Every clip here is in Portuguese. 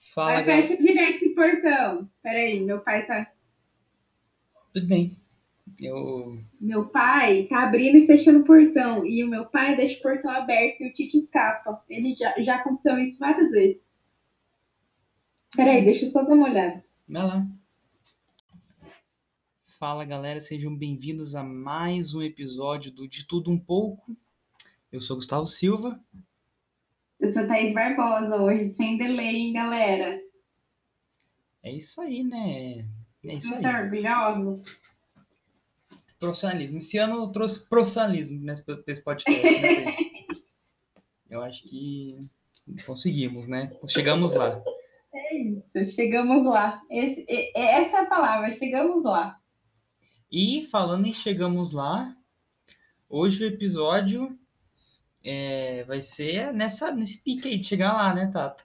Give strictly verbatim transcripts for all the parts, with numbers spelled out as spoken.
Fala, Vai, galera. fecha direto esse portão. Peraí, meu pai tá. Tudo bem. Eu. Meu pai tá abrindo e fechando o portão. E o meu pai deixa o portão aberto e o Tito escapa. Ele já, já aconteceu isso várias vezes. Peraí, deixa eu só dar uma olhada. Vai lá. Fala, galera. Sejam bem-vindos a mais um episódio do De Tudo Um Pouco. Eu sou Gustavo Silva. Eu sou Thaís Barbosa, hoje sem delay, hein, galera? É isso aí, né? É isso Não aí. tá orgulhoso? Profissionalismo. Esse ano eu trouxe profissionalismo nesse, nesse podcast, né, Thaís? Eu acho que conseguimos, né? Chegamos lá. É isso, chegamos lá. Esse, essa é a palavra, chegamos lá. E falando em chegamos lá, hoje o episódio é, vai ser nessa, nesse pique aí de chegar lá, né, Tata?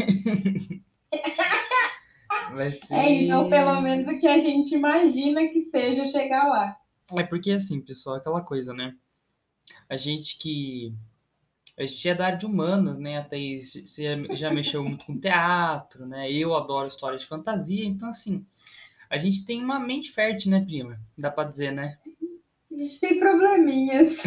Vai ser. É isso, ou pelo menos o que a gente imagina que seja chegar lá. É porque assim, pessoal, aquela coisa, né? A gente que. A gente é da área de humanas, né? Até você já mexeu muito com teatro, né? Eu adoro histórias de fantasia, então assim, a gente tem uma mente fértil, né, prima? Dá pra dizer, né? A gente tem probleminhas.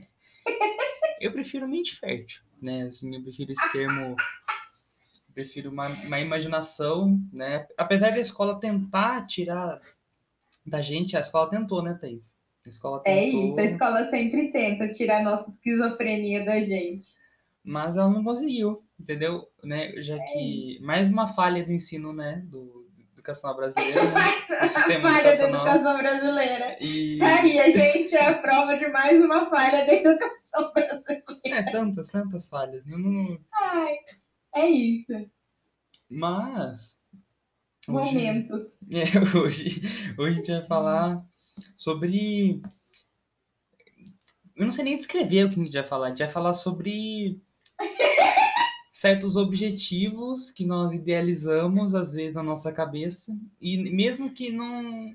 Eu prefiro mente fértil, né? Assim, eu prefiro esse termo. Prefiro uma, uma imaginação, né? Apesar da escola tentar tirar da gente, a escola tentou, né, Thaís? A escola É isso, a tentou, escola sempre tenta tirar nossa esquizofrenia da gente. mas ela não conseguiu, entendeu? Né? Já que mais uma falha do ensino, né, do, do educacional brasileiro, né? Do A sistema falha da educacional. educação brasileira. E Tá aí, a gente é a prova de mais uma falha da educação brasileira. é tantas, tantas falhas, né? Não... Ai, é isso. Mas hoje, Momentos. é, hoje, hoje a gente vai falar sobre, eu não sei nem descrever o que a gente vai falar. A gente vai falar sobre certos objetivos que nós idealizamos às vezes na nossa cabeça e mesmo que não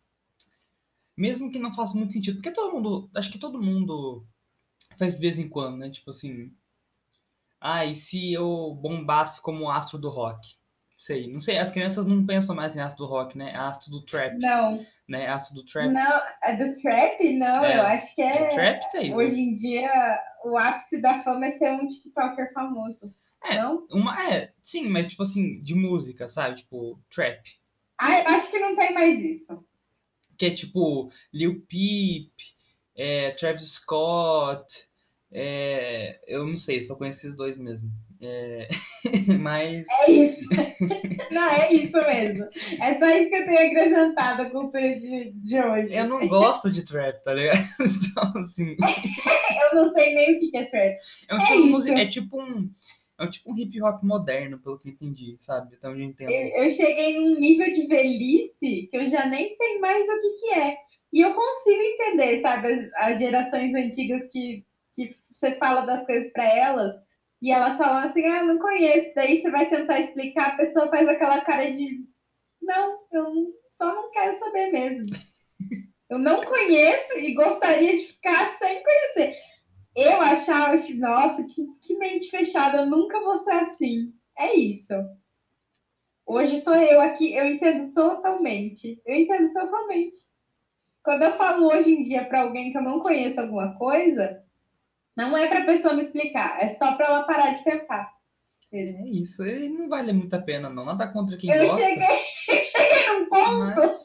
mesmo que não faça muito sentido, porque todo mundo, acho que todo mundo faz de vez em quando, né? Tipo assim, ah, e se eu bombasse como astro do rock? Sei, não sei, as crianças não pensam mais em astro do rock, né? Astro do trap, Não. né? Astro do trap. Não, é do trap? Não, eu É, acho que do é. trap, Thaís? Hoje em dia, o ápice da fama é ser um TikToker famoso. É, Não? uma, é, sim, mas tipo assim, de música, sabe? Tipo, trap. Ah, eu acho que não tem mais isso. Que é tipo Lil Peep, é, Travis Scott, é, eu não sei, só conheço esses dois mesmo. É, mas. É isso. Não, é isso mesmo. É só isso que eu tenho acrescentado à cultura de, de hoje. Eu não gosto de trap, tá ligado? Então, assim. Eu não sei nem o que é trap. É um É tipo, isso. é tipo um. É um tipo um hip hop moderno, pelo que eu entendi, sabe? Então eu entendo. Eu, eu cheguei num nível de velhice que eu já nem sei mais o que, que é. E eu consigo entender, sabe, as, as gerações antigas que, que você fala das coisas para elas e elas falam assim, ah, não conheço. Daí você vai tentar explicar, a pessoa faz aquela cara de, não, eu só não quero saber mesmo. Eu não conheço e gostaria de ficar sem conhecer. Eu achava que, nossa, que, que mente fechada, eu nunca vou ser assim. É isso. Hoje tô eu aqui, eu entendo totalmente. Eu entendo totalmente. Quando eu falo hoje em dia para alguém que eu não conheço alguma coisa, não é para a pessoa me explicar, é só para ela parar de tentar. É isso, e não vale muito a pena, não. Nada contra quem Eu gosta. cheguei, eu cheguei num ponto. Mas...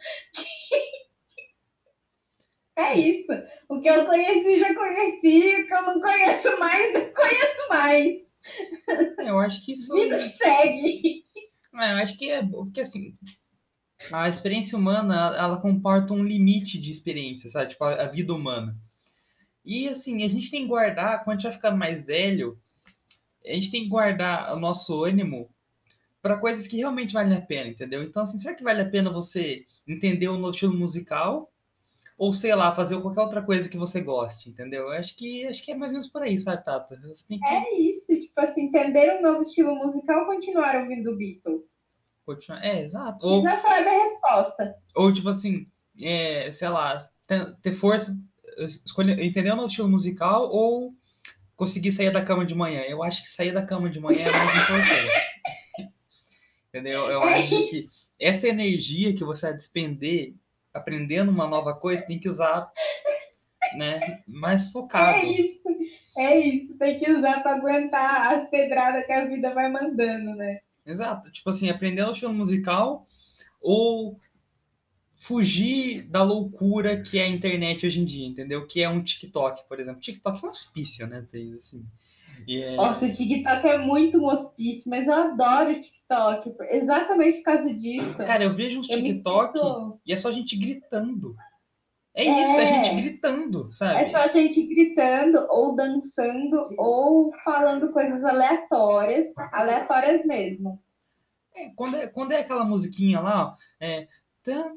É isso. O que eu conheci, já conheci. O que eu não conheço mais, não conheço mais. Eu acho que isso. Vida segue. Eu acho que é porque assim, a experiência humana, ela comporta um limite de experiência, sabe? Tipo, a, a vida humana. E assim, a gente tem que guardar, quando a gente vai ficando mais velho, a gente tem que guardar o nosso ânimo para coisas que realmente valem a pena, entendeu? Então, assim, será que vale a pena você entender um novo estilo musical? Ou, sei lá, fazer qualquer outra coisa que você goste, entendeu? Eu acho que, acho que é mais ou menos por aí, sabe, Tata? Você tem que É isso. Tipo assim, entender um novo estilo musical ou continuar ouvindo Beatles? continuar. É, exato. E Ou, já sabe a resposta. ou tipo assim, é, sei lá, ter, ter força, escolher, entender um novo estilo musical ou conseguir sair da cama de manhã. Eu acho que sair da cama de manhã é mais importante. Entendeu? Eu acho que essa energia que você vai despender aprendendo uma nova coisa, tem que usar, né, mais focado. É isso, é isso. Tem que usar para aguentar as pedradas que a vida vai mandando, né? Exato. Tipo assim, aprender o estilo musical ou fugir da loucura que é a internet hoje em dia, entendeu? Que é um TikTok, por exemplo. TikTok é um hospício, né? Tem, assim. E é... Nossa, o TikTok é muito um hospício, mas eu adoro o TikTok, exatamente por causa disso. Cara, eu vejo uns Eu me TikTok sinto... e é só gente gritando. É isso, é gente É, gritando, é sabe? só gente gritando, ou dançando, ou falando coisas aleatórias, aleatórias mesmo. É, quando, é, quando é aquela musiquinha lá, ó, é. Eu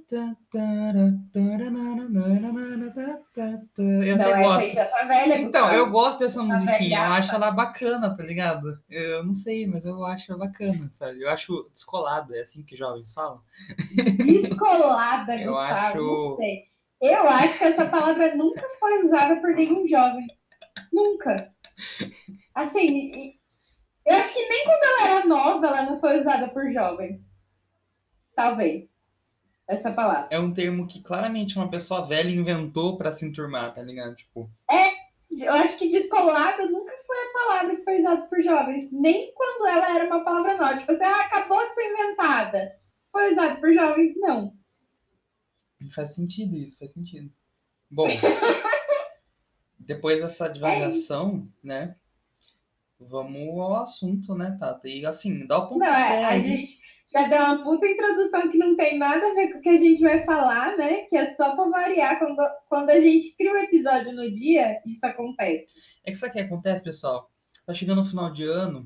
Não, até essa aí gosto. já tá velha, Então, eu Gustavo. gosto dessa Tá musiquinha, eu acho velhaça. ela bacana, tá ligado? Eu não sei, mas eu acho ela bacana, sabe? Eu acho descolada, é assim que jovens falam. Descolada, Eu Gustavo, não acho. sei. Eu acho que essa palavra nunca foi usada por nenhum jovem. Nunca. Assim, eu acho que nem quando ela era nova, ela não foi usada por jovens. Talvez. Essa palavra. É um termo que claramente uma pessoa velha inventou pra se enturmar, tá ligado? Tipo, Eu acho que descolada nunca foi a palavra que foi usada por jovens. Nem quando ela era uma palavra nova. Tipo assim, ah, acabou de ser inventada. Foi usada por jovens? Não. faz sentido isso, faz sentido. Bom, depois dessa É isso. divagação, né? Vamos ao assunto, né, Tata? E assim, dá o Não, é, pontapé a aí. gente já deu uma puta introdução que não tem nada a ver com o que a gente vai falar, né? Que é só para variar. Quando, quando a gente cria um episódio no dia, isso acontece. É que sabe o que acontece, pessoal? Tá chegando o final de ano.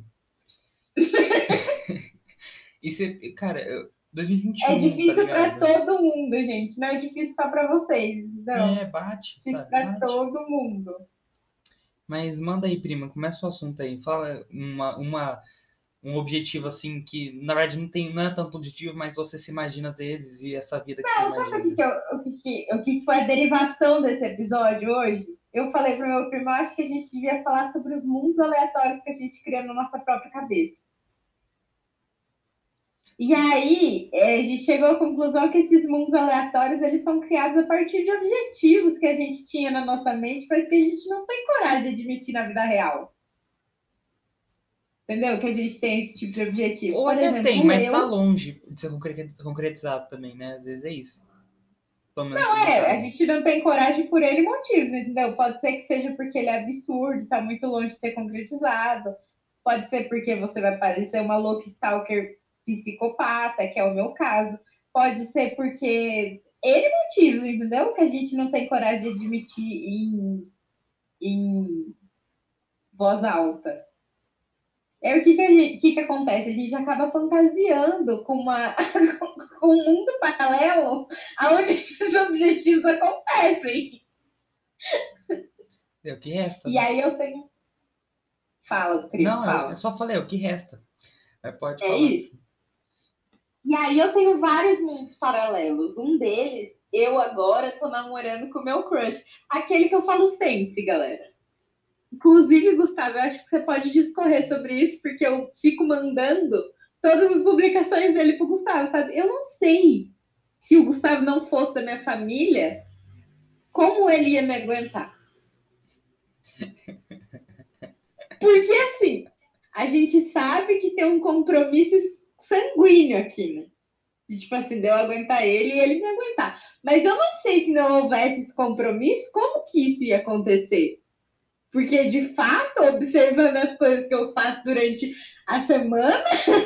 E você, cara, eu- É dois mil e vinte e um, tá difícil para ligado? todo mundo, gente. Não é difícil só para vocês. Não. É, bate, É difícil sabe? para Bate. todo mundo. Mas manda aí, prima, começa o assunto aí. Fala uma, uma, um objetivo assim que, na verdade, não tem, não é tanto objetivo, mas você se imagina às vezes e essa vida que você Não, sabe o que, imagina. que, eu, o, que, que, o que foi a derivação desse episódio hoje? Eu falei pro meu primo, eu acho que a gente devia falar sobre os mundos aleatórios que a gente cria na nossa própria cabeça. E aí, é, a gente chegou à conclusão que esses mundos aleatórios, eles são criados a partir de objetivos que a gente tinha na nossa mente, mas que a gente não tem coragem de admitir na vida real. Entendeu? Que a gente tem esse tipo de objetivo. Ou Por até tem, exemplo, mas tá eu... longe de ser concretizado também, né? Às vezes é isso. Pelo menos no Não, meu é, a caso. gente não tem coragem por ele motivos, entendeu? Pode ser que seja porque ele é absurdo, tá muito longe de ser concretizado. Pode ser porque você vai parecer uma louca stalker psicopata, que é o meu caso. Pode ser porque ele motivos, entendeu? Que a gente não tem coragem de admitir em, em voz alta. É o que que, a gente, que que acontece? A gente acaba fantasiando com, uma, com um mundo paralelo onde esses objetivos acontecem. É o que resta, E né? aí eu tenho. Fala, primo, Não, eu, eu fala. só falei, é o que resta. Mas pode É falar. isso. E aí eu tenho vários mundos paralelos. Um deles, eu agora tô namorando com o meu crush. Aquele que eu falo sempre, galera. Inclusive, Gustavo, eu acho que você pode discorrer sobre isso, porque eu fico mandando todas as publicações dele pro Gustavo, sabe? Eu não sei se o Gustavo não fosse da minha família, como ele ia me aguentar. Porque, assim, a gente sabe que tem um compromisso sanguíneo aqui, né? De, tipo assim, de eu aguentar ele e ele me aguentar. Mas eu não sei se não houvesse esse compromisso, como que isso ia acontecer. Porque, de fato, observando as coisas que eu faço durante a semana,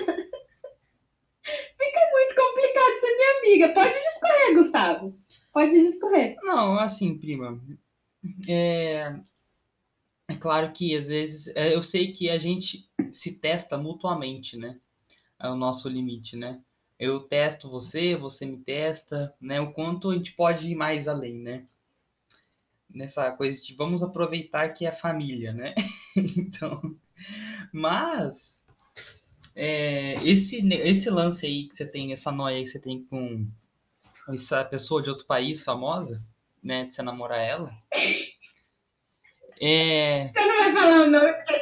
fica muito complicado ser minha amiga. Pode discorrer, Gustavo. Pode discorrer. Não, assim, prima. É, é claro que às vezes. é, eu sei que a gente se testa mutuamente, né? É o nosso limite, né? Eu testo você, você me testa, né? O quanto a gente pode ir mais além, né? Nessa coisa de vamos aproveitar que é família, né? Então, mas é, esse, esse lance aí que você tem, essa noia que você tem com essa pessoa de outro país famosa, né? De você namorar ela, é. Você não vai falar o nome porque você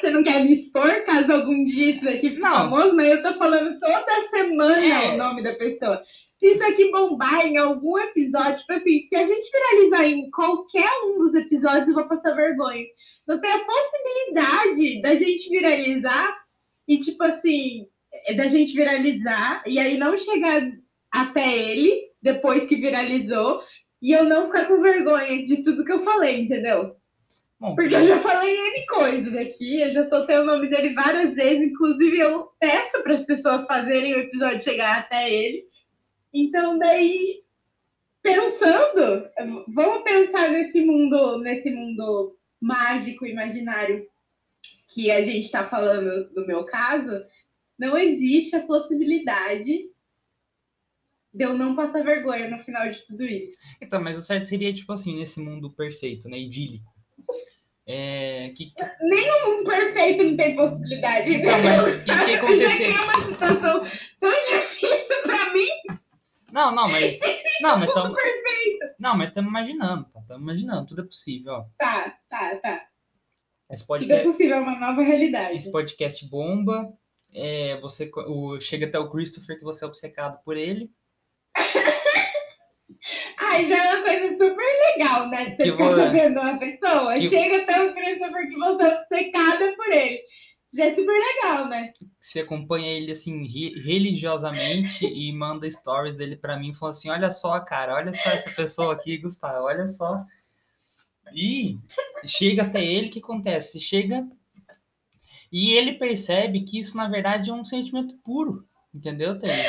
você não quer me expor, caso algum dia isso aqui fique famoso, mas eu tô falando toda semana é. o nome da pessoa. Se isso aqui bombar em algum episódio, tipo assim, se a gente viralizar em qualquer um dos episódios, eu vou passar vergonha. Não tem a possibilidade da gente viralizar e, tipo assim, da gente viralizar e aí não chegar até ele, depois que viralizou, e eu não ficar com vergonha de tudo que eu falei, entendeu? Bom, porque eu já falei N coisas aqui, eu já soltei o nome dele várias vezes, inclusive eu peço para as pessoas fazerem o episódio chegar até ele. Então, daí, pensando, vamos pensar nesse mundo, nesse mundo mágico, imaginário que a gente está falando no meu caso, não existe a possibilidade de eu não passar vergonha no final de tudo isso. Então, mas o certo seria, tipo assim, nesse mundo perfeito, né, idílico. É, que, que... Nem no mundo perfeito não tem possibilidade. Então, mas o que, que aconteceu? Eu já uma situação tão difícil pra mim. Não, não, mas... Não, mas tamo... perfeito. Não, mas estamos imaginando, tá? Estamos imaginando, tudo é possível, ó. Tá, tá, tá. Esse podcast... Tudo é possível, é uma nova realidade. Esse podcast bomba, é, você, o, chega até o Christopher que você é obcecado por ele. Ai, já é uma coisa super legal, né? De você que ficar vou... sabendo uma pessoa. Que... Chega até o Christopher que você é obcecada por ele. Já é super legal, né? Você acompanha ele, assim, religiosamente e manda stories dele pra mim, falando assim, olha só, cara, olha só essa pessoa aqui, Gustavo, olha só. E chega até ele, o que acontece? Chega e ele percebe que isso, na verdade, é um sentimento puro, entendeu, Thaís?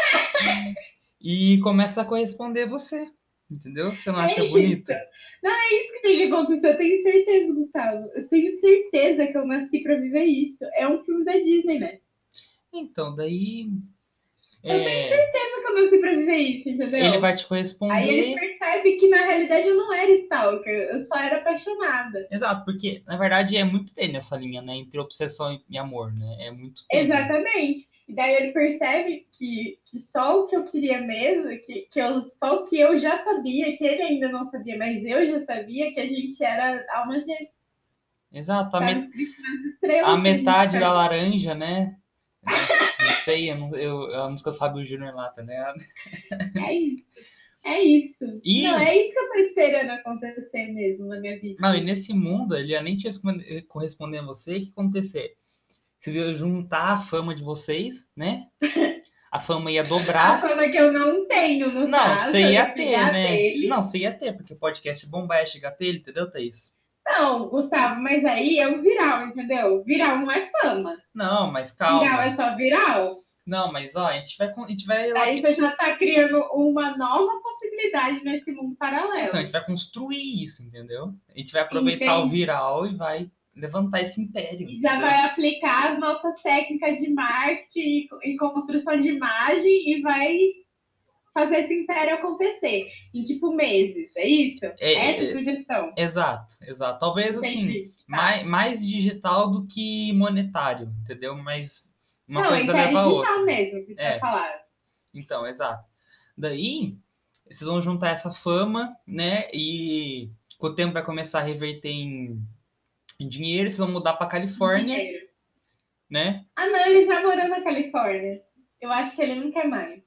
E começa a corresponder você, entendeu? Você não acha é bonito? Isso. Não, é isso que tem que acontecer. Eu tenho certeza, Gustavo. Eu tenho certeza que eu nasci pra viver isso. É um filme da Disney, né? Então, daí... Eu é... tenho certeza que eu nasci pra viver isso, entendeu? Ele vai te corresponder... Aí ele percebe que, na realidade, eu não era stalker. Eu só era apaixonada. Exato, porque, na verdade, é muito tênue essa linha, né? Entre obsessão e amor, né? É muito tênue. Exatamente. E daí ele percebe que, que só o que eu queria mesmo, que, que eu, só o que eu já sabia, que ele ainda não sabia, mas eu já sabia que a gente era alma gêmea. Exato. A, met... a metade a da laranja, né? Não sei, eu não, eu, a música do Fábio Júnior mata, né? É isso. É isso. E... Não, é isso que eu tô esperando acontecer mesmo na minha vida. Não, e nesse mundo, ele ia nem te corresponder a você, o que acontecer? Vocês iam juntar a fama de vocês, né? A fama ia dobrar. A fama que eu não tenho, no Não, caso. você ia ter, né? Dele. Não, você ia ter, porque o podcast bombar ia chegar até ele, entendeu, Thaís? Não, Gustavo, mas aí é um viral, entendeu? Viral não é fama. Não, mas calma. Viral é só viral. Não, mas ó, a gente vai... A gente vai aí você já tá criando uma nova possibilidade nesse mundo paralelo. Então, a gente vai construir isso, entendeu? A gente vai aproveitar Entendi. o viral e vai levantar esse império. E já entendeu? Vai aplicar as nossas técnicas de marketing e construção de imagem e vai fazer esse império acontecer em, tipo, meses, é isso? É, Essa é a sugestão. Exato, exato. Talvez, Entendi. assim, tá. mais, mais digital do que monetário, entendeu? Mas uma Não, coisa leva a outra. Não, é digital mesmo, que você é. falaram. Então, exato. Daí, vocês vão juntar essa fama, né? E com o tempo vai começar a reverter em, em dinheiro, vocês vão mudar para Califórnia. Dinheiro. Né? Ah, não, ele já morou na Califórnia. Eu acho que ele não quer mais.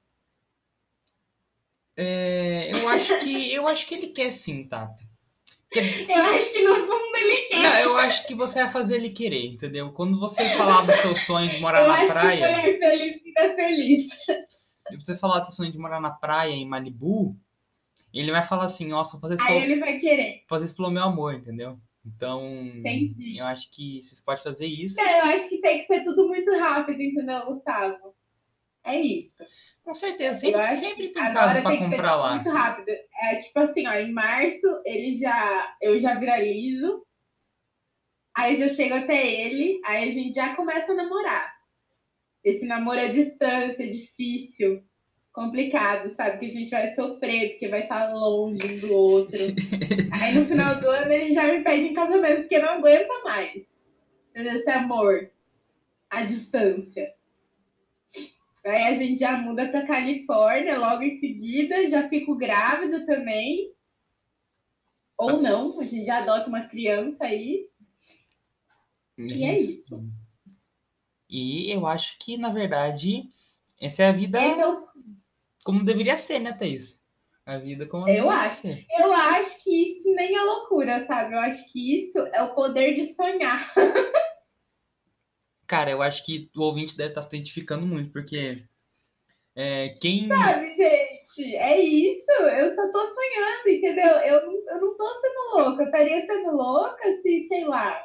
É, eu acho que eu acho que ele quer sim, Tata. Porque... Eu acho que no fundo ele quer. Não, eu acho que você vai fazer ele querer, entendeu? Quando você falar do seu sonho de morar eu na acho praia. Que mulher feliz fica feliz. E você falar do seu sonho de morar na praia em Malibu, ele vai falar assim, nossa, fazer isso. Aí pelo... ele vai querer. Fazer isso pelo meu amor, entendeu? Então, Entendi. Eu acho que vocês podem fazer isso. Não, eu acho que tem que ser tudo muito rápido, entendeu, Gustavo? É isso. Com certeza, sempre, sempre tem casa para comprar lá. Muito rápido. É tipo assim, ó, em março ele já, eu já viralizo, aí já chego até ele, aí a gente já começa a namorar. Esse namoro à distância, difícil, complicado, sabe? Que a gente vai sofrer, porque vai estar longe um do outro. Aí no final do ano ele já me pede em casamento, porque não aguenta mais. Entendeu? Esse amor à distância. Aí a gente já muda para Califórnia logo em seguida, já fico grávida também. Ou não, a gente já adota uma criança aí. E é isso. E eu acho que, na verdade, essa é a vida Esse é o... como deveria ser, né, Thaís? A vida como Eu deveria acho. ser. Eu acho que isso nem é loucura, sabe? Eu acho que isso é o poder de sonhar. Cara, eu acho que o ouvinte deve estar se identificando muito, porque é, quem... Sabe, gente? É isso. Eu só tô sonhando, entendeu? Eu, não- eu não tô sendo louca. Eu estaria sendo louca se, sei lá.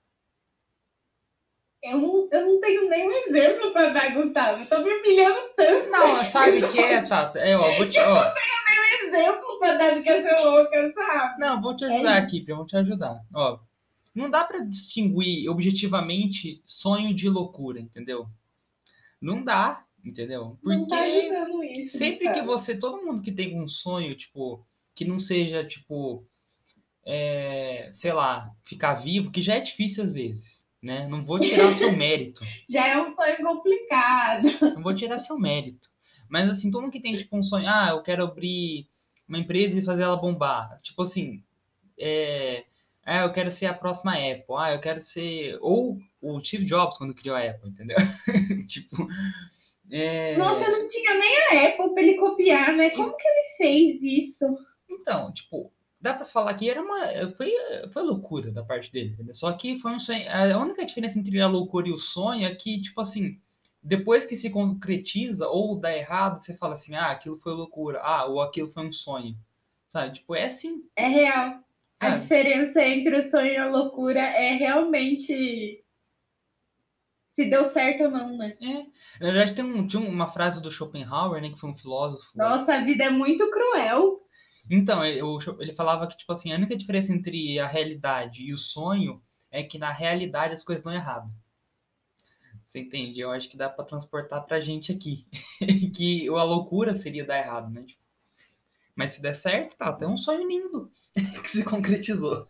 Eu não, eu não tenho nenhum exemplo para dar, Gustavo. Eu tô me humilhando tanto. Não, nesse sabe o que é, episódio. Tata? É, ó, vou te... Ó, Exemplo para dar do que é ser louca, sabe? não, vou te É ajudar isso. aqui, Pia, vou te ajudar. Ó, não dá pra distinguir objetivamente sonho de loucura, entendeu? Não dá, entendeu? Não tá Porque ajudando isso, sempre que Gustavo. você, todo mundo que tem um sonho, tipo, que não seja, tipo, é, sei lá, ficar vivo, que já é difícil às vezes, né? Não vou tirar o seu mérito, Já é um sonho complicado. não vou tirar seu mérito. Mas assim, todo mundo que tem, tipo, um sonho, ah, eu quero abrir uma empresa e fazer ela bombar. Tipo assim, é, ah, eu quero ser a próxima Apple, ah, eu quero ser, ou o Steve Jobs quando criou a Apple, entendeu? Tipo, Nossa, eu é, não tinha nem a Apple para ele copiar, né? Como que ele fez isso? então, tipo, dá pra falar que era uma. Foi, foi loucura da parte dele, entendeu? Só que foi um sonho. A única diferença entre a loucura e o sonho é que, tipo assim, depois que se concretiza ou dá errado, você fala assim, ah, aquilo foi loucura, ah, ou aquilo foi um sonho. Sabe? Tipo, é assim, É real. A sabe? diferença entre o sonho e a loucura é realmente se deu certo ou não, né? É. Na verdade, tem um, tinha uma frase do Schopenhauer, né, que foi um filósofo. Nossa, a vida é muito cruel. Então, ele, o Scho- ele falava que, tipo assim, a única diferença entre a realidade e o sonho é que na realidade as coisas dão errado. Você entende? Eu acho que dá pra transportar pra gente aqui. Que a loucura seria dar errado, né? Tipo, mas se der certo, tá, até um sonho lindo que se concretizou.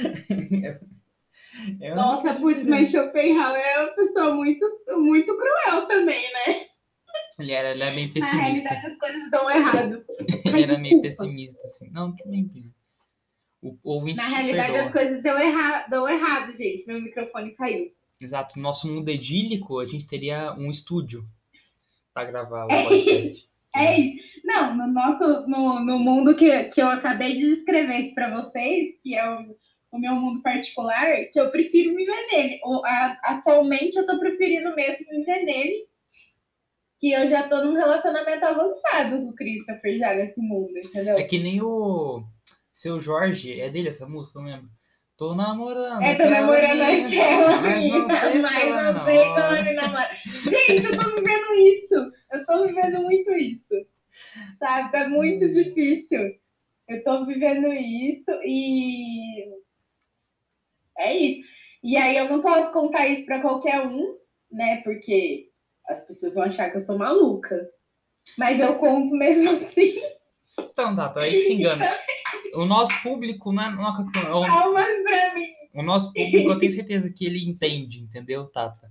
É a única Nossa, putz, mas diferença. Schopenhauer é uma pessoa muito, muito cruel também, né? Ele era, ele era meio Na pessimista. realidade, as coisas dão errado. Ele Ai, era meio desculpa. pessimista, assim. Não, tudo bem, primo. O Na ouvinte te realidade, as perdoa. coisas dão, erra... dão errado, gente. Meu microfone caiu. Exato. No nosso mundo idílico, a gente teria um estúdio pra gravar o É isso. podcast. É Entendeu? isso. Não, no nosso, no, no mundo que, que eu acabei de descrever para vocês, que é o, o meu mundo particular, que eu prefiro viver nele. O, a, atualmente eu tô preferindo mesmo viver nele, que eu já tô num relacionamento avançado com o Christopher já nesse mundo, É entendeu? que nem o Seu Jorge, é dele essa música, eu não lembro. Tô namorando É, tô aquela namorando mina, aquela mas não menina, sei se mas ela me não sei como namora. ele namora. Gente, eu tô vivendo isso. Eu tô vivendo muito isso. Sabe? Tá muito difícil. Eu tô vivendo isso e é isso. E aí eu não posso contar isso pra qualquer um, né? Porque as pessoas vão achar que eu sou maluca. Mas eu conto mesmo assim. Então, tá, tá aí que se engana. O nosso público, não é, não é- o, Palmas pra mim. o nosso público, eu tenho certeza que ele entende, entendeu, Tata?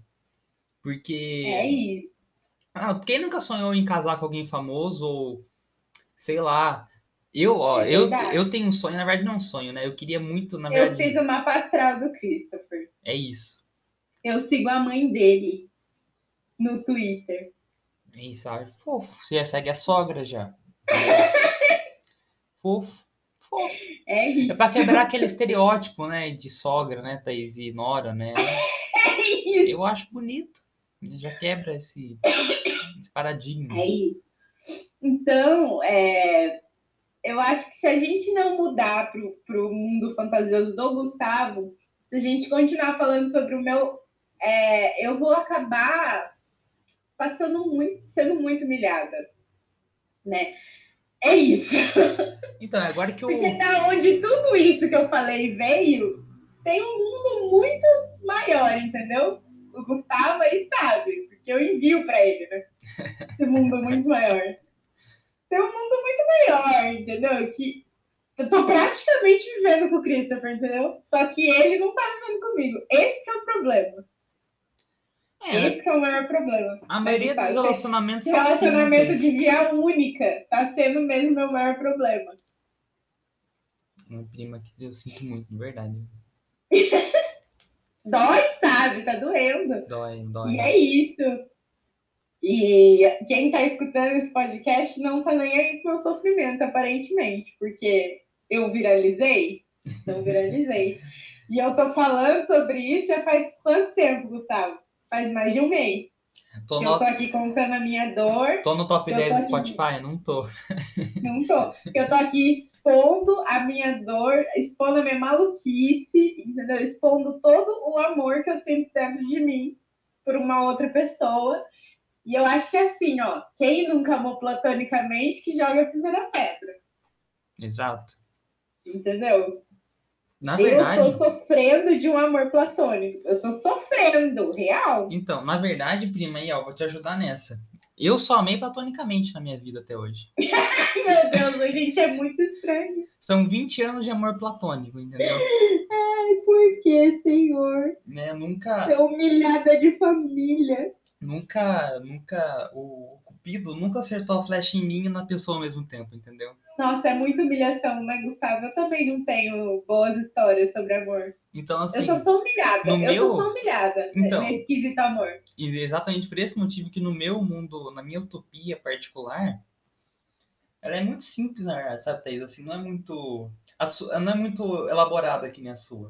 É Porque, isso. ah, quem nunca sonhou em casar com alguém famoso ou, sei lá, eu, ó, É eu, verdade. eu tenho um sonho, na verdade não é um sonho, né? Eu queria muito, na Eu fiz verdade, o mapa astral do Christopher. é isso. Eu sigo a mãe dele no Twitter. É isso, sabe? Fofo. Você já segue a sogra já, entendeu? Fofo, fofo. É É pra isso. quebrar aquele estereótipo, né, de sogra, né, Thaís e Nora, né? É Eu isso. acho bonito. Já quebra esse, esse paradigma. É isso. Então, é, eu acho que se a gente não mudar para o mundo fantasioso do Gustavo, se a gente continuar falando sobre o meu, é, eu vou acabar passando muito, sendo muito humilhada, né? É isso. Então, agora que Porque eu. da onde tudo isso que eu falei veio, tem um mundo muito maior, entendeu? O Gustavo aí sabe, porque eu envio para ele, né? Esse mundo muito maior. Tem um mundo muito maior, entendeu? Que eu tô praticamente vivendo com o Christopher, entendeu? Só que ele não tá vivendo comigo. Esse que é o problema. É, Esse que é o maior problema. a Né, maioria dos Gustavo? Esse relacionamentos esse é assim, né, relacionamento Thaís? de via única tá sendo mesmo meu maior problema. Uma prima que eu sinto muito, de verdade. Dói, sabe? Tá doendo. Dói, dói. E é isso. E quem tá escutando esse podcast não tá nem aí com o meu sofrimento, aparentemente, porque eu viralizei? Não viralizei. E eu tô falando sobre isso já faz quanto tempo, Gustavo? Faz mais de um mês. Tô que no... Eu tô aqui contando a minha dor. tô no top Eu dez tô do aqui- Spotify? Não tô. Não tô. Eu tô aqui expondo a minha dor, expondo a minha maluquice, entendeu? Expondo todo o amor que eu sinto dentro de mim por uma outra pessoa. E eu acho que é assim, ó, quem nunca amou platonicamente, que joga a primeira pedra, Exato. entendeu? Na Eu tô verdade, sofrendo de um amor platônico. Eu tô sofrendo, real. então, na verdade, prima, aí, ó, vou te ajudar nessa. Eu só amei platonicamente na minha vida até hoje. Ai, meu Deus, a gente é muito estranho. São vinte anos de amor platônico, entendeu? Ai, por que, Senhor? Né? Nunca, Ser humilhada de família. nunca, nunca, o Cupido nunca acertou a flecha em mim e na pessoa ao mesmo tempo, entendeu? Nossa, é muita humilhação, né, Gustavo? Eu também não tenho boas histórias sobre amor. Então, Eu só assim, sou humilhada. no Eu só sou meu, humilhada então, nesse quesito amor. e exatamente por esse motivo que no meu mundo, na minha utopia particular, ela é muito simples, na verdade, sabe, Thaís? Assim, não é muito, a sua, não é muito elaborada que nem a sua.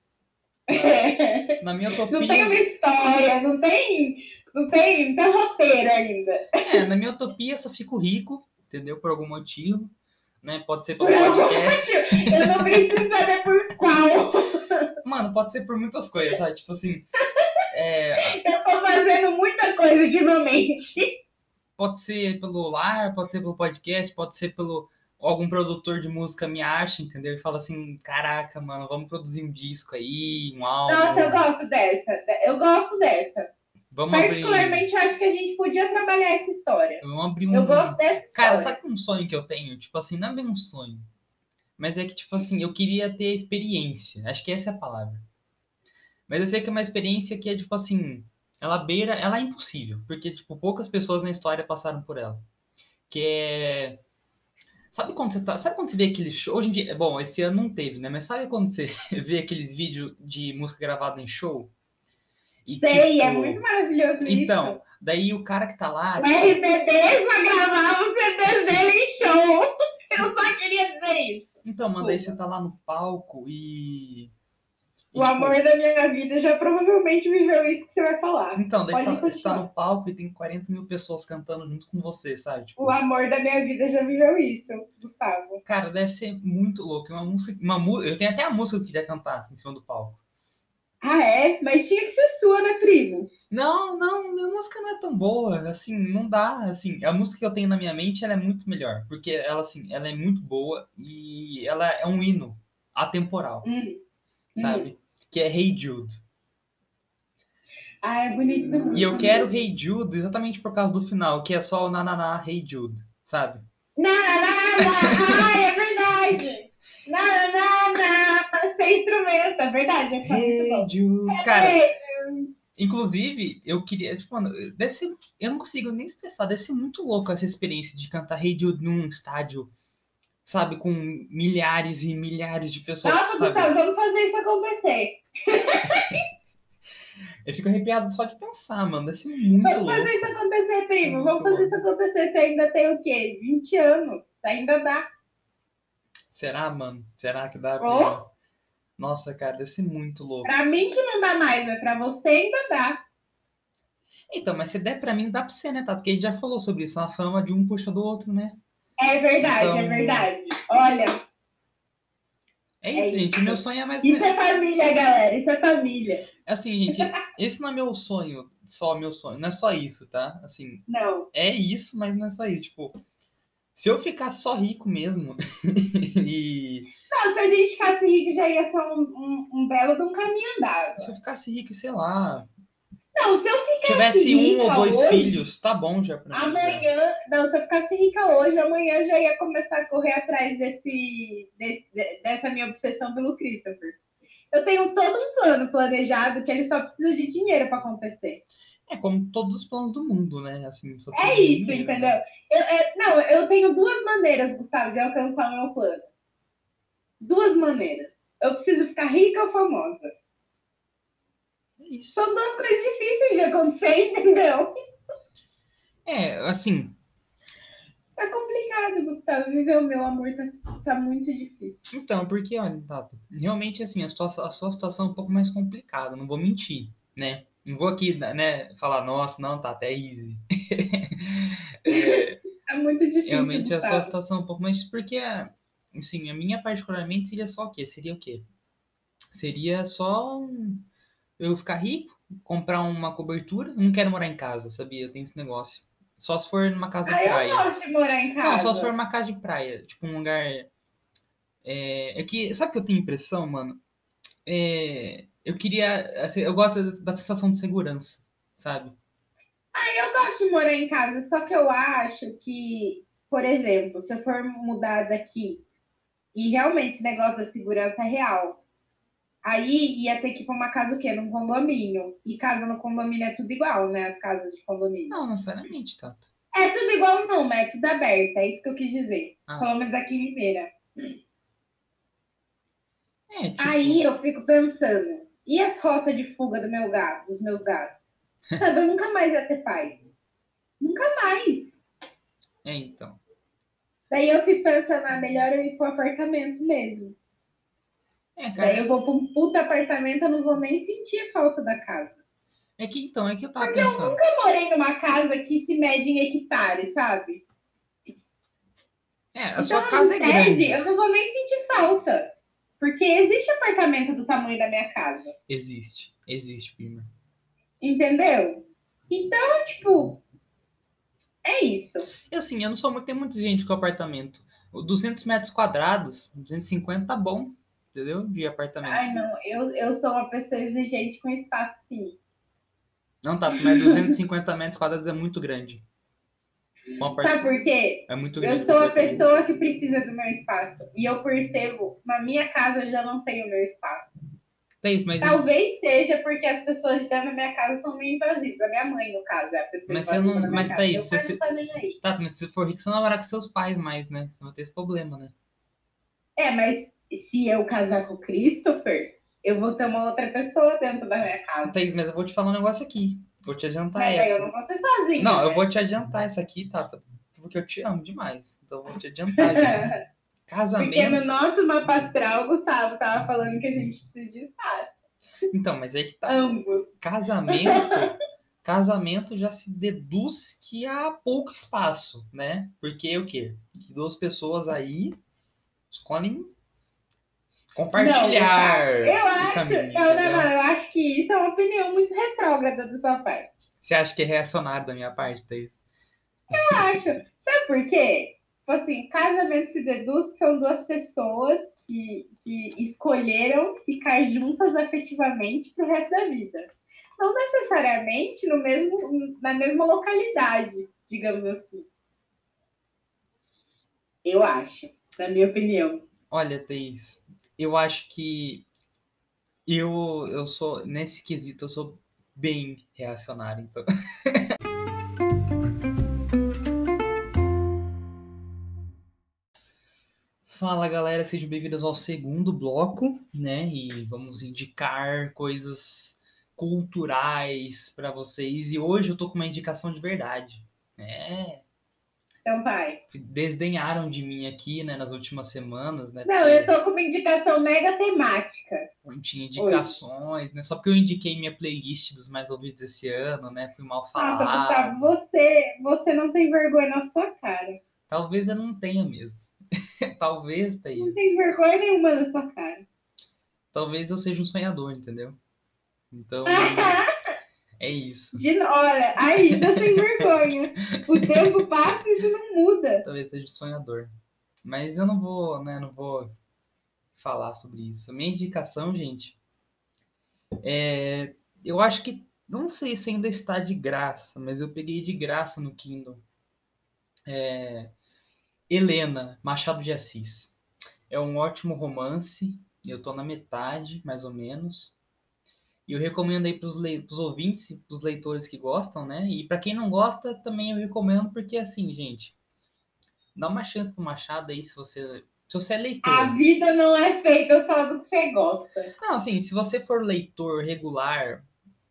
Na, na minha utopia... Não tem uma história, não tem, não tem, não tem roteiro ainda. É, na minha utopia eu só fico rico, entendeu? Por algum motivo, né? Pode ser Por pelo algum podcast. motivo. Eu não preciso saber por qual. Mano, pode ser por muitas coisas, sabe? Tipo assim, é, Eu tô fazendo muita coisa ultimamente. pode ser pelo lar, pode ser pelo podcast, pode ser pelo algum produtor de música me acha, entendeu? E fala assim, caraca, mano, vamos produzir um disco aí, um Nossa, eu álbum, gosto dessa. Eu gosto dessa. vamos abrir, Particularmente, eu acho que a gente podia trabalhar essa história. vamos abrir Eu um... gosto dessa Cara, história. sabe um sonho que eu tenho? Tipo assim, não é bem um sonho, mas é que, tipo assim, eu queria ter experiência. Acho que essa é a palavra. Mas eu sei que é uma experiência que é, tipo assim, ela beira, ela é impossível, porque, tipo, poucas pessoas na história passaram por ela. Que é... Sabe quando você tá... Sabe quando você vê aquele show? Hoje em dia, bom, esse ano não teve, né? Mas sabe quando você vê aqueles vídeos de música gravada em show? E, Sei, é muito tipo... maravilhoso Então, isso. daí o cara que tá lá, O tipo... R B D só gravava os C Ds dele em show. Eu só queria dizer isso. Então, mano, daí você tá lá no palco e... E, O tipo, amor da minha vida já provavelmente viveu isso que você vai falar. então, daí você Pode tá, você tá continuar. no palco e tem quarenta mil pessoas cantando junto com você, sabe? Tipo, O amor da minha vida já viveu isso, Gustavo. cara, deve ser muito louco. É uma música, uma, mu- eu tenho até a música que eu queria cantar em cima do palco. Ah, é? Mas tinha que ser sua, né, primo? Não, não, minha música não é tão boa, assim, não dá, assim, a música que eu tenho na minha mente, ela é muito melhor, porque ela, assim, ela é muito boa e ela é um hino atemporal, Hum, hum. sabe? Que é Hey Jude. Ah, é bonito E eu também. quero Hey Jude exatamente por causa do final, que é só o nananá Hey Jude, sabe? Não, não, não. Ai, é verdade. Não, não, não. Sem instrumento, é verdade. É muito Hey bom. Jude, cara, Ei, inclusive, eu queria, tipo, mano, deve ser, eu não consigo nem expressar, deve ser muito louco essa experiência de cantar Hey Jude num estádio, sabe, com milhares e milhares de pessoas, Nossa, sabe? Gustavo, vamos fazer isso acontecer. Eu fico arrepiado só de pensar, mano, deve ser muito Vamos louco. fazer isso acontecer, primo. Vamos Muito fazer louco. isso acontecer. Você ainda tem o quê? vinte anos. Ainda dá. Será, mano? Será que dá, prima? Oh, Nossa, cara, deve ser muito louco. pra mim que não dá mais, mas pra você ainda dá. Então, mas se der pra mim, dá pra você, né, tá? Porque a gente já falou sobre isso, a fama de um puxa do outro, né? É verdade, Então, é verdade. Olha, é é isso, gente. isso. Meu sonho é mais... Isso é família, galera. Isso é família. Assim, gente, esse não é meu sonho, só meu sonho. Não é só isso, tá? Assim, Não. é isso, mas não é só isso. Tipo, se eu ficar só rico mesmo e Não, se a gente ficasse rico já ia ser um, um, um belo de um caminho andado. se eu ficasse rico, sei lá, Não, se eu ficasse tivesse um rica ou dois hoje, filhos, tá bom já pra mim. Já. amanhã, não, se eu ficasse rica hoje, amanhã já ia começar a correr atrás desse, desse- de- dessa minha obsessão pelo Christopher. Eu tenho todo um plano planejado que ele só precisa de dinheiro para acontecer. É como todos os planos do mundo, né? Assim, só É precisa de isso, dinheiro, entendeu? né? Eu, é, não, eu tenho duas maneiras, Gustavo, de alcançar o meu plano. Duas maneiras. Eu preciso ficar rica ou famosa. Isso. São duas coisas difíceis de acontecer, entendeu? É, assim, Tá complicado, Gustavo. Viver o meu amor tá, tá muito difícil. então, porque, olha, Tata, realmente, assim, a sua, a sua situação é um pouco mais complicada, não vou mentir, né? Não vou aqui, né, falar, nossa, não, Tata, é easy. É, Tá muito difícil, realmente a sua Gustavo. situação é um pouco mais. Porque, assim, a minha particularmente seria só o quê? Seria o quê? Seria só um- eu ficar rico, comprar uma cobertura. Eu não quero morar em casa, sabia? Eu tenho esse negócio. Só se for numa casa de Ah, eu praia. gosto de morar em Não, só se for casa. numa casa de praia. Tipo, um lugar. É, é que. Sabe o que eu tenho impressão, mano? É, eu queria. Assim, eu gosto da sensação de segurança, sabe? Eu gosto de morar em casa, só que eu acho que, por exemplo, se eu for mudar daqui e realmente esse negócio da segurança é real, aí ia ter que ir pra uma casa o quê? Num condomínio. E casa no condomínio é tudo igual, né? As casas de condomínio. Não, necessariamente, Tato. É tudo igual, não, mas é tudo aberto. É isso que eu quis dizer. Ah, Pelo menos aqui em Limeira. é, Aí tipo. eu fico pensando, e as rotas de fuga do meu gato, dos meus gatos? Sabe, eu nunca mais ia ter paz. Nunca mais. É, então. Daí eu fico pensando, ah, melhor eu ir pro apartamento mesmo. É, Daí cara. eu vou para um puta apartamento, eu não vou nem sentir falta da casa. É que então, é que eu tava Porque eu pensando. nunca morei numa casa que se mede em hectares, sabe? É, a Então, sua em casa é tese, grande. eu não vou nem sentir falta. Porque existe apartamento do tamanho da minha casa. Existe. Existe, prima. Entendeu? Então, tipo, é isso. E assim, eu não sou muito. Tem muita gente com apartamento. O duzentos metros quadrados, duzentos e cinquenta tá bom. Entendeu? De Ai, apartamento. não, eu, eu sou uma pessoa exigente com espaço, sim. Não, tá, mas duzentos e cinquenta metros quadrados é muito grande. Um apart... Sabe por quê? É muito Eu grande para sou a apartamento. pessoa que precisa do meu espaço. E eu percebo, na minha casa eu já não tenho meu espaço. Thaís, mas, Talvez seja porque as pessoas de dentro da minha casa são meio invasivas. A minha mãe, no caso, é a pessoa mas você invasiva não. da minha Mas, casa. Thaís, Meu você, pai não se- tá nem aí. tá, mas se for rico, você não vai morar com seus pais mais, né? Você vai ter esse problema, né? É, mas se eu casar com o Christopher, eu vou ter uma outra pessoa dentro da minha casa. Thaís, mas eu vou te falar um negócio aqui. Vou te adiantar Mas daí eu essa. não vou ser sozinha, Não, eu vou né? te adiantar essa aqui, Tata, porque eu te amo demais. Então eu vou te adiantar já. Porque no Casamento. nosso mapa astral, o Gustavo tava falando que a gente precisa de espaço. Então, mas aí que tá. Ambos. Casamento. Casamento já se deduz que há pouco espaço, né? Porque o quê? Que duas pessoas aí escolhem Não, Gustavo, compartilhar eu o acho. caminho, Não, não, entendeu? não. Eu acho que isso é uma opinião muito retrógrada da sua parte. Você acha que é reacionário da minha parte, Thaís? Eu acho. Sabe por quê? Tipo assim, casamento se deduz que são duas pessoas que, que escolheram ficar juntas afetivamente pro resto da vida. Não necessariamente no mesmo, na mesma localidade, digamos assim. Eu acho, na minha opinião. Olha, Thaís, eu acho que eu, eu sou, nesse quesito, eu sou bem reacionário, então. Fala galera, sejam bem-vindos ao segundo bloco, né? E vamos indicar coisas culturais para vocês. E hoje eu tô com uma indicação de verdade. É, Então vai. desdenharam de mim aqui, né, nas últimas semanas, né? Não, eu Porque tô com uma indicação mega temática não tinha hoje. indicações, né? Só porque eu indiquei minha playlist dos mais ouvidos esse ano, né? Fui mal Nossa, Gustavo, falado. você, você não tem vergonha na sua cara. Talvez eu não tenha mesmo. Talvez, Não tem Thaís. vergonha nenhuma na sua cara. Talvez eu seja um sonhador, entendeu? Então, é isso. De, olha, ainda sem vergonha. O tempo passa e isso não muda. Talvez seja um sonhador. Mas eu não vou, né? Não vou falar sobre isso. A minha indicação, gente, é. Eu acho que. Não sei se ainda está de graça, mas eu peguei de graça no Kindle. É, Helena, Machado de Assis. É um ótimo romance. Eu tô na metade, mais ou menos. E eu recomendo aí para os le... ouvintes e para os leitores que gostam, né? E para quem não gosta, também eu recomendo, porque assim, gente, dá uma chance pro Machado aí se você, se você é A leitor. vida não é feita só do que você gosta. Não, assim, se você for leitor regular,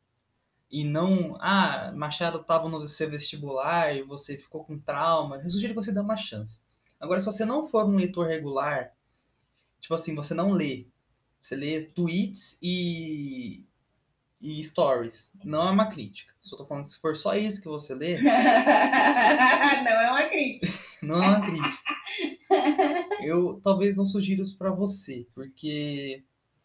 e não, ah, Machado estava no seu vestibular e você ficou com trauma, eu sugiro que você dê uma chance. Agora, se você não for um leitor regular, tipo assim, você não lê, você lê tweets e, e stories, não é uma crítica. Só tô falando que se for só isso que você lê, Não é uma crítica. não é uma crítica. Eu talvez não sugiro isso para você, porque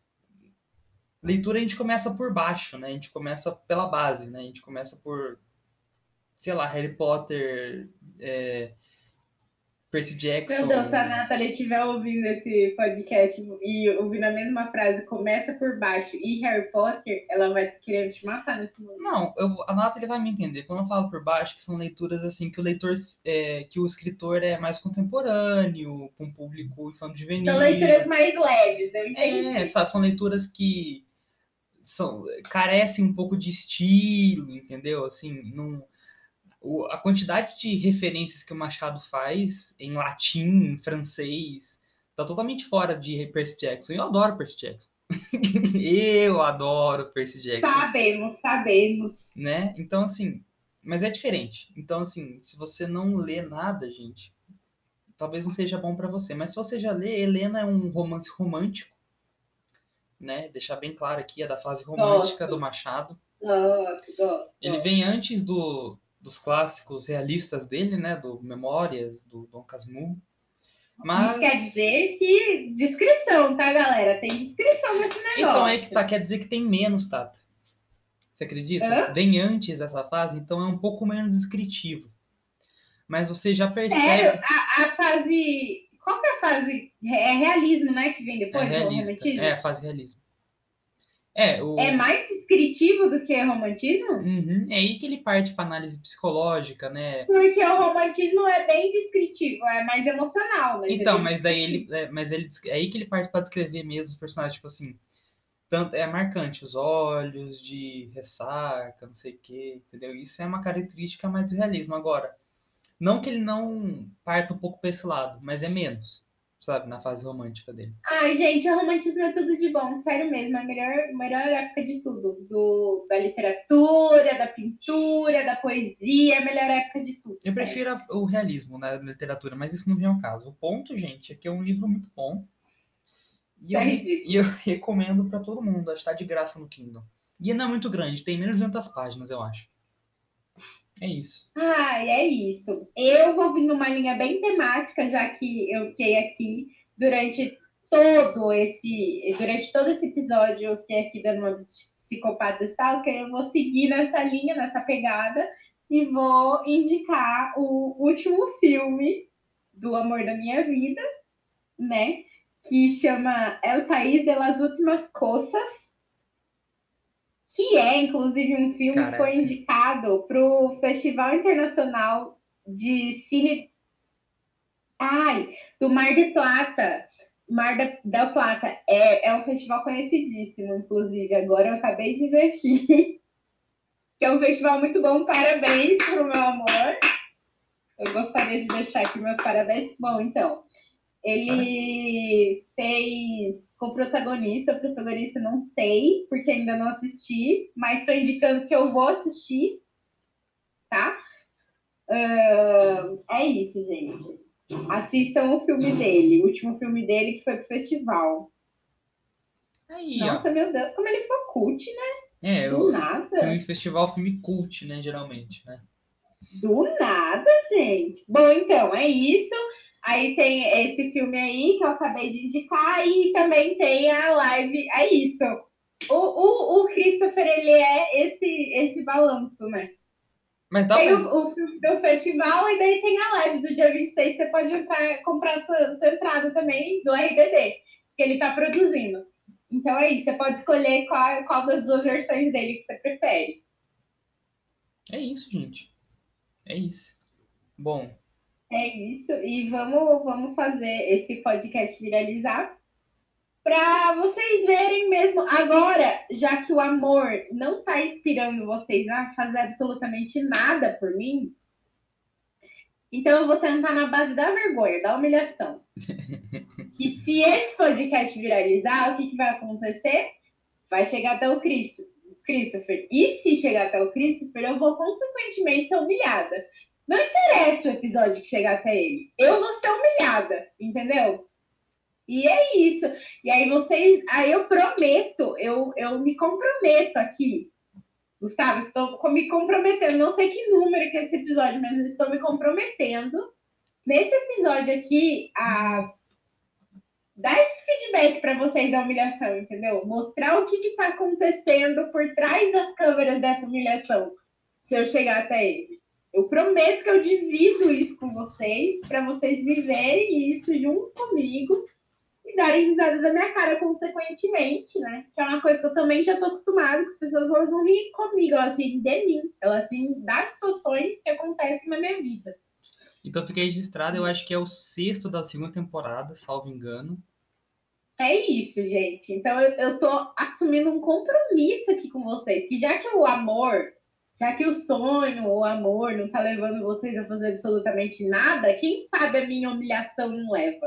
leitura a gente começa por baixo, né? A gente começa pela base, né? A gente começa por, sei lá, Harry Potter, é, Percy Jackson. Meu Deus, se a Nathalie estiver ouvindo esse podcast e ouvindo a mesma frase, começa por baixo, e Harry Potter, ela vai querer te matar nesse momento. Não, eu, a Nathalie vai me entender. Quando eu falo por baixo, que são leituras assim, que o leitor, é, que o escritor é mais contemporâneo, com um público infanto-juvenil. São leituras mais leves, eu entendi. É, sabe, são leituras que são, carecem um pouco de estilo, entendeu? Assim, não, o, a quantidade de referências que o Machado faz em latim, em francês, tá totalmente fora de Percy Jackson. Eu adoro Percy Jackson. Eu adoro Percy Jackson. Sabemos, sabemos. Né? Então, assim, mas é diferente. Então, assim, se você não lê nada, gente, talvez não seja bom para você. Mas se você já lê, Helena é um romance romântico, né? Deixar bem claro aqui, é da fase romântica Gosto. do Machado. Gosto, gosto. Ele vem antes do, dos clássicos realistas dele, né? Do Memórias, do Dom Casmurro. Mas... Isso quer dizer que descrição, tá, galera? Tem descrição nesse negócio. Então é que tá, quer dizer que tem menos, Tata. Você acredita? Hã? Vem antes dessa fase, então é um pouco menos descritivo. Mas você já percebe... Sério? A, a fase... Qual que é a fase? É realismo, né? Que vem depois é realista. do romantismo? É, a fase realismo. É, o... é mais descritivo do que romantismo? Uhum, é aí que ele parte para análise psicológica, né? Porque o romantismo é bem descritivo, é mais emocional. Mas então, é mas daí ele, é, mas ele, é aí que ele parte para descrever mesmo os personagens, tipo assim, tanto é marcante os olhos de ressaca, não sei o quê, entendeu? Isso é uma característica mais do realismo. Agora, não que ele não parta um pouco para esse lado, mas é menos, sabe, na fase romântica dele. Ai, gente, o romantismo é tudo de bom, sério mesmo. É a melhor, melhor época de tudo. Do, da literatura, da pintura, da poesia, é a melhor época de tudo. Eu sério. prefiro o realismo na literatura, mas isso não vem ao caso. O ponto, gente, é que é um livro muito bom. E eu, É e eu recomendo para todo mundo. Está de graça no Kindle. E não é muito grande, tem menos de duzentas páginas, eu acho. É isso. Ai, é isso. Eu vou vir numa linha bem temática, já que eu fiquei aqui durante todo esse, durante todo esse episódio, eu fiquei aqui dando uma psicopata stalker, eu vou seguir nessa linha, nessa pegada, e vou indicar o último filme do amor da minha vida, né? Que chama El País de las Últimas Cosas, que é, inclusive, um filme Caraca. que foi indicado para o Festival Internacional de Cine Ai, do Mar de Plata. Mar del Plata. É, é um festival conhecidíssimo, inclusive. Agora eu acabei de ver aqui. Que é um festival muito bom. Parabéns para o meu amor. Eu gostaria de deixar aqui meus parabéns. Bom, então, ele fez co-protagonista, o protagonista não sei, porque ainda não assisti, mas estou indicando que eu vou assistir, tá? Uh, é isso, gente. Assistam o filme dele, o último filme dele que foi pro festival. Aí, Nossa, ó. meu Deus, como ele foi cult, né? É, Do eu, nada. Filme festival, filme cult, né, geralmente, né? Do nada, gente. Bom, então, é isso. Aí tem esse filme aí que eu acabei de indicar e também tem a live. É isso. O, o, o Christopher, ele é esse, esse balanço, né? Mas dá tem pra... o, o filme do festival e daí tem a live do dia vinte e seis. Você pode entrar, comprar sua, sua entrada também do R B D, que ele tá produzindo. Então é isso. Você pode escolher qual, qual das duas versões dele que você prefere. É isso, gente. É isso. Bom. É isso. E vamos, vamos fazer esse podcast viralizar para vocês verem mesmo. Agora, já que o amor não está inspirando vocês a fazer absolutamente nada por mim, então eu vou tentar na base da vergonha, da humilhação. Que se esse podcast viralizar, o que, que vai acontecer? Vai chegar até o Cristo. Christopher. E se chegar até o Christopher, eu vou consequentemente ser humilhada. Não interessa o episódio que chegar até ele. Eu vou ser humilhada, entendeu? E é isso. E aí vocês. Aí eu prometo, eu, eu me comprometo aqui. Gustavo, estou me comprometendo. Não sei que número que é esse episódio, mas estou me comprometendo. Nesse episódio aqui, a dar esse feedback para vocês da humilhação, entendeu? Mostrar o que está acontecendo por trás das câmeras dessa humilhação, se eu chegar até ele. Eu prometo que eu divido isso com vocês, para vocês viverem isso junto comigo e darem risada da minha cara, consequentemente, né? Que é uma coisa que eu também já tô acostumada, que as pessoas elas vão rir comigo, elas riem de mim, elas riem das situações que acontecem na minha vida. Então fica registrado, eu acho que é o sexto da segunda temporada, salvo engano. É isso, gente. Então eu, eu tô assumindo um compromisso aqui com vocês, que já que o amor, já que o sonho ou o amor não tá levando vocês a fazer absolutamente nada, quem sabe a minha humilhação não leva.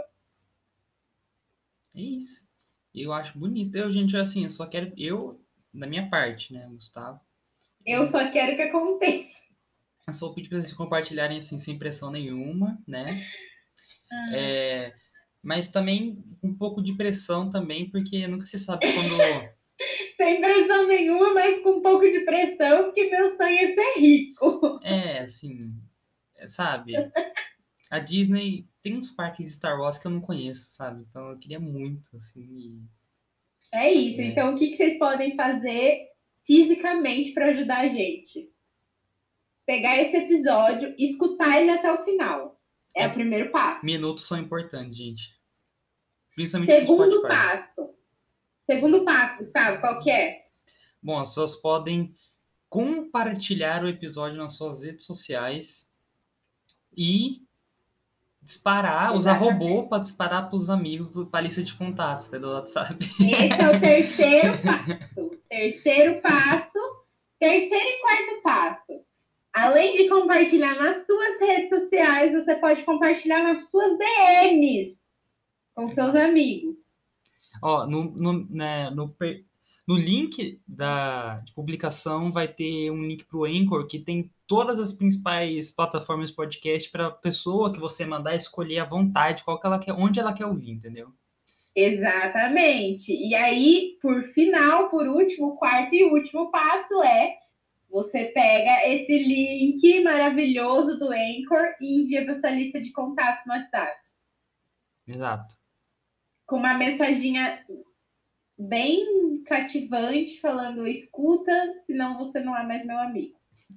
É isso. Eu acho bonito. Eu, gente, assim, eu só quero... Eu, da minha parte, né, Gustavo? Eu, eu só quero que aconteça. Eu só pedi para vocês compartilharem, assim, sem pressão nenhuma, né? Ah. É... Mas também um pouco de pressão também, porque nunca se sabe quando... Sem pressão nenhuma, mas com um pouco de pressão, porque meu sonho é ser rico. É, assim, sabe? A Disney tem uns parques de Star Wars que eu não conheço, sabe? Então eu queria muito, assim... E... É isso. É. Então o que vocês podem fazer fisicamente para ajudar a gente? Pegar esse episódio e escutar ele até o final. É, é o primeiro passo. Minutos são importantes, gente. Principalmente Segundo passo. Segundo passo, Gustavo, qual que é? Bom, as pessoas podem compartilhar o episódio nas suas redes sociais e disparar, Exatamente. usar robô para disparar para os amigos para a lista de contatos, tá, do WhatsApp. Esse é o terceiro passo. Terceiro passo. Terceiro e quarto passo. Além de compartilhar nas suas redes sociais, você pode compartilhar nas suas D Ms com seus amigos. Ó, no, no, né, no, no link da, de publicação vai ter um link para o Anchor, que tem todas as principais plataformas de podcast para a pessoa que você mandar escolher à vontade qual que ela quer, onde ela quer ouvir, entendeu? Exatamente. E aí, por final, por último, quarto e último passo é você pega esse link maravilhoso do Anchor e envia para sua lista de contatos no WhatsApp. Exato. Com uma mensaginha bem cativante, falando, escuta, senão você não é mais meu amigo.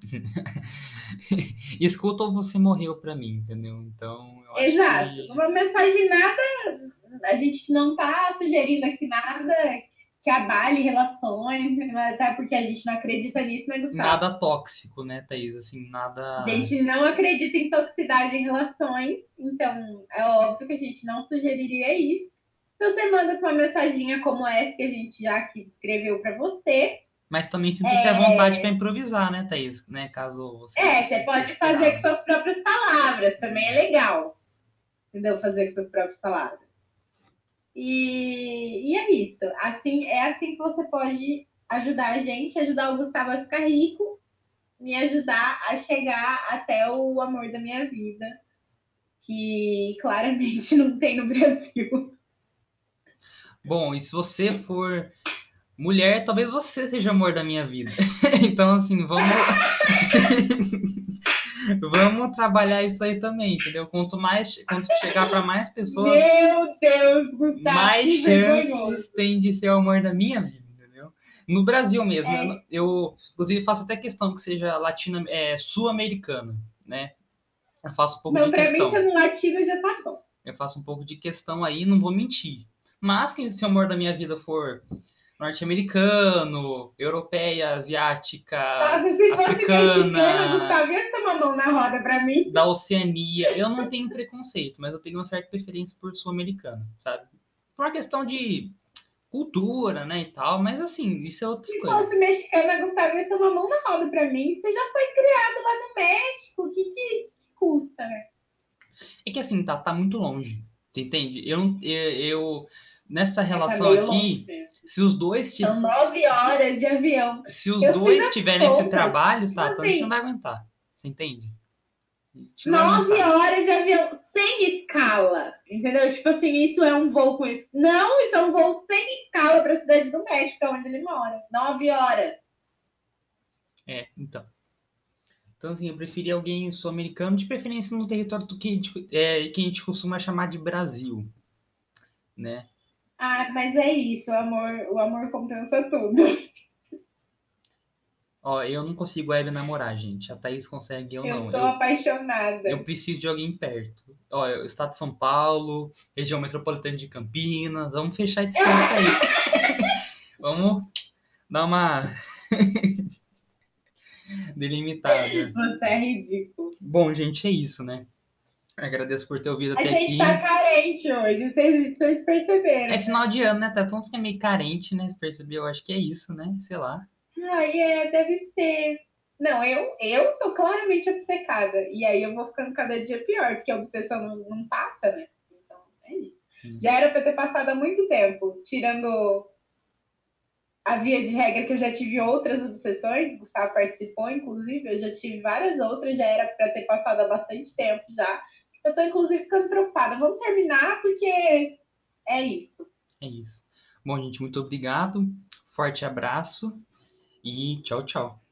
Escuta ou você morreu para mim, entendeu? Então, eu acho Exato. Que... Uma mensagem nada... A gente não tá sugerindo aqui nada que abale relações, até porque a gente não acredita nisso, né, Gustavo? Nada tóxico, né, Thaís? Assim, nada... A gente não acredita em toxicidade em relações, então é óbvio que a gente não sugeriria isso. Então você manda uma mensaginha como essa que a gente já aqui descreveu para você. Mas também sinta-se é... à vontade para improvisar, né, Thaís? Né, caso você... É, você pode fazer com suas próprias palavras, também é legal. Entendeu? Fazer com suas próprias palavras. E, e é isso. Assim, é assim que você pode ajudar a gente, ajudar o Gustavo a ficar rico, me ajudar a chegar até o amor da minha vida, que claramente não tem no Brasil. Bom, e se você for mulher, talvez você seja o amor da minha vida. Então, assim, vamos... Vamos trabalhar isso aí também, entendeu? Quanto mais, quanto chegar para mais pessoas, meu Deus, Gustavo, mais chances tem de ser o amor da minha vida, entendeu? No Brasil mesmo, é. eu, eu inclusive faço até questão que seja latina, é, sul-americana, né? Eu faço um pouco não, de questão. Não, para mim, sendo latina já tá bom. Eu faço um pouco de questão aí, não vou mentir. Mas que se o amor da minha vida for norte-americano, europeia, asiática, Nossa, se africana, fosse mexicana, Gustavo, ia ser uma mão na roda pra mim. Da Oceania. Eu não tenho preconceito, mas eu tenho uma certa preferência por sul-americano, sabe? Por uma questão de cultura, né, e tal, mas assim, isso é outra coisa. Se fosse mexicana, Gustavo, ia ser uma mão na roda pra mim. Você já foi criado lá no México, o que, que, que custa, né? É que assim, tá, tá muito longe, você entende? Eu, eu, eu nessa Tá relação meio aqui, longe mesmo. se os dois ti- São nove horas de avião. se os Eu fiz dois as tiverem esse contas, trabalho, tipo tá, então a gente não assim, vai aguentar. Você entende? A gente não vai nove aguentar. horas de avião sem escala, entendeu? Tipo assim, isso é um voo com isso. Não, isso é um voo sem escala para a cidade do México, é onde ele mora. Nove horas. É, então. Então, assim, eu preferia alguém sul-americano, de preferência no território do que, a gente- é, que a gente costuma chamar de Brasil, né? Ah, mas é isso, o amor, o amor compensa tudo. Ó, eu não consigo web namorar, gente. A Thaís consegue, eu Eu não. tô Eu, eu apaixonada. preciso de alguém perto. Ó, eu- estado de São Paulo, região metropolitana de Campinas. Vamos fechar esse cerco aí. Vamos dar uma delimitada. Você é ridículo. Bom, gente, é isso, né? Agradeço por ter ouvido A até gente tá aqui. carente hoje, vocês, vocês perceberam, É né? final de ano, né? Tá, todo mundo fica meio carente, né? Você percebeu? Eu acho que é isso, né? Sei lá. Ai, é, deve ser. Não, eu, eu tô claramente obcecada. E aí eu vou ficando cada dia pior, porque a obsessão não, não passa, né? Então, é isso. Já era pra ter passado há muito tempo, tirando a via de regra que eu já tive outras obsessões, Gustavo participou, inclusive, eu já tive várias outras, já era para ter passado há bastante tempo já. Eu tô, inclusive, ficando preocupada. Vamos terminar, porque é isso. É isso. Bom, gente, muito obrigado. Forte abraço e tchau, tchau.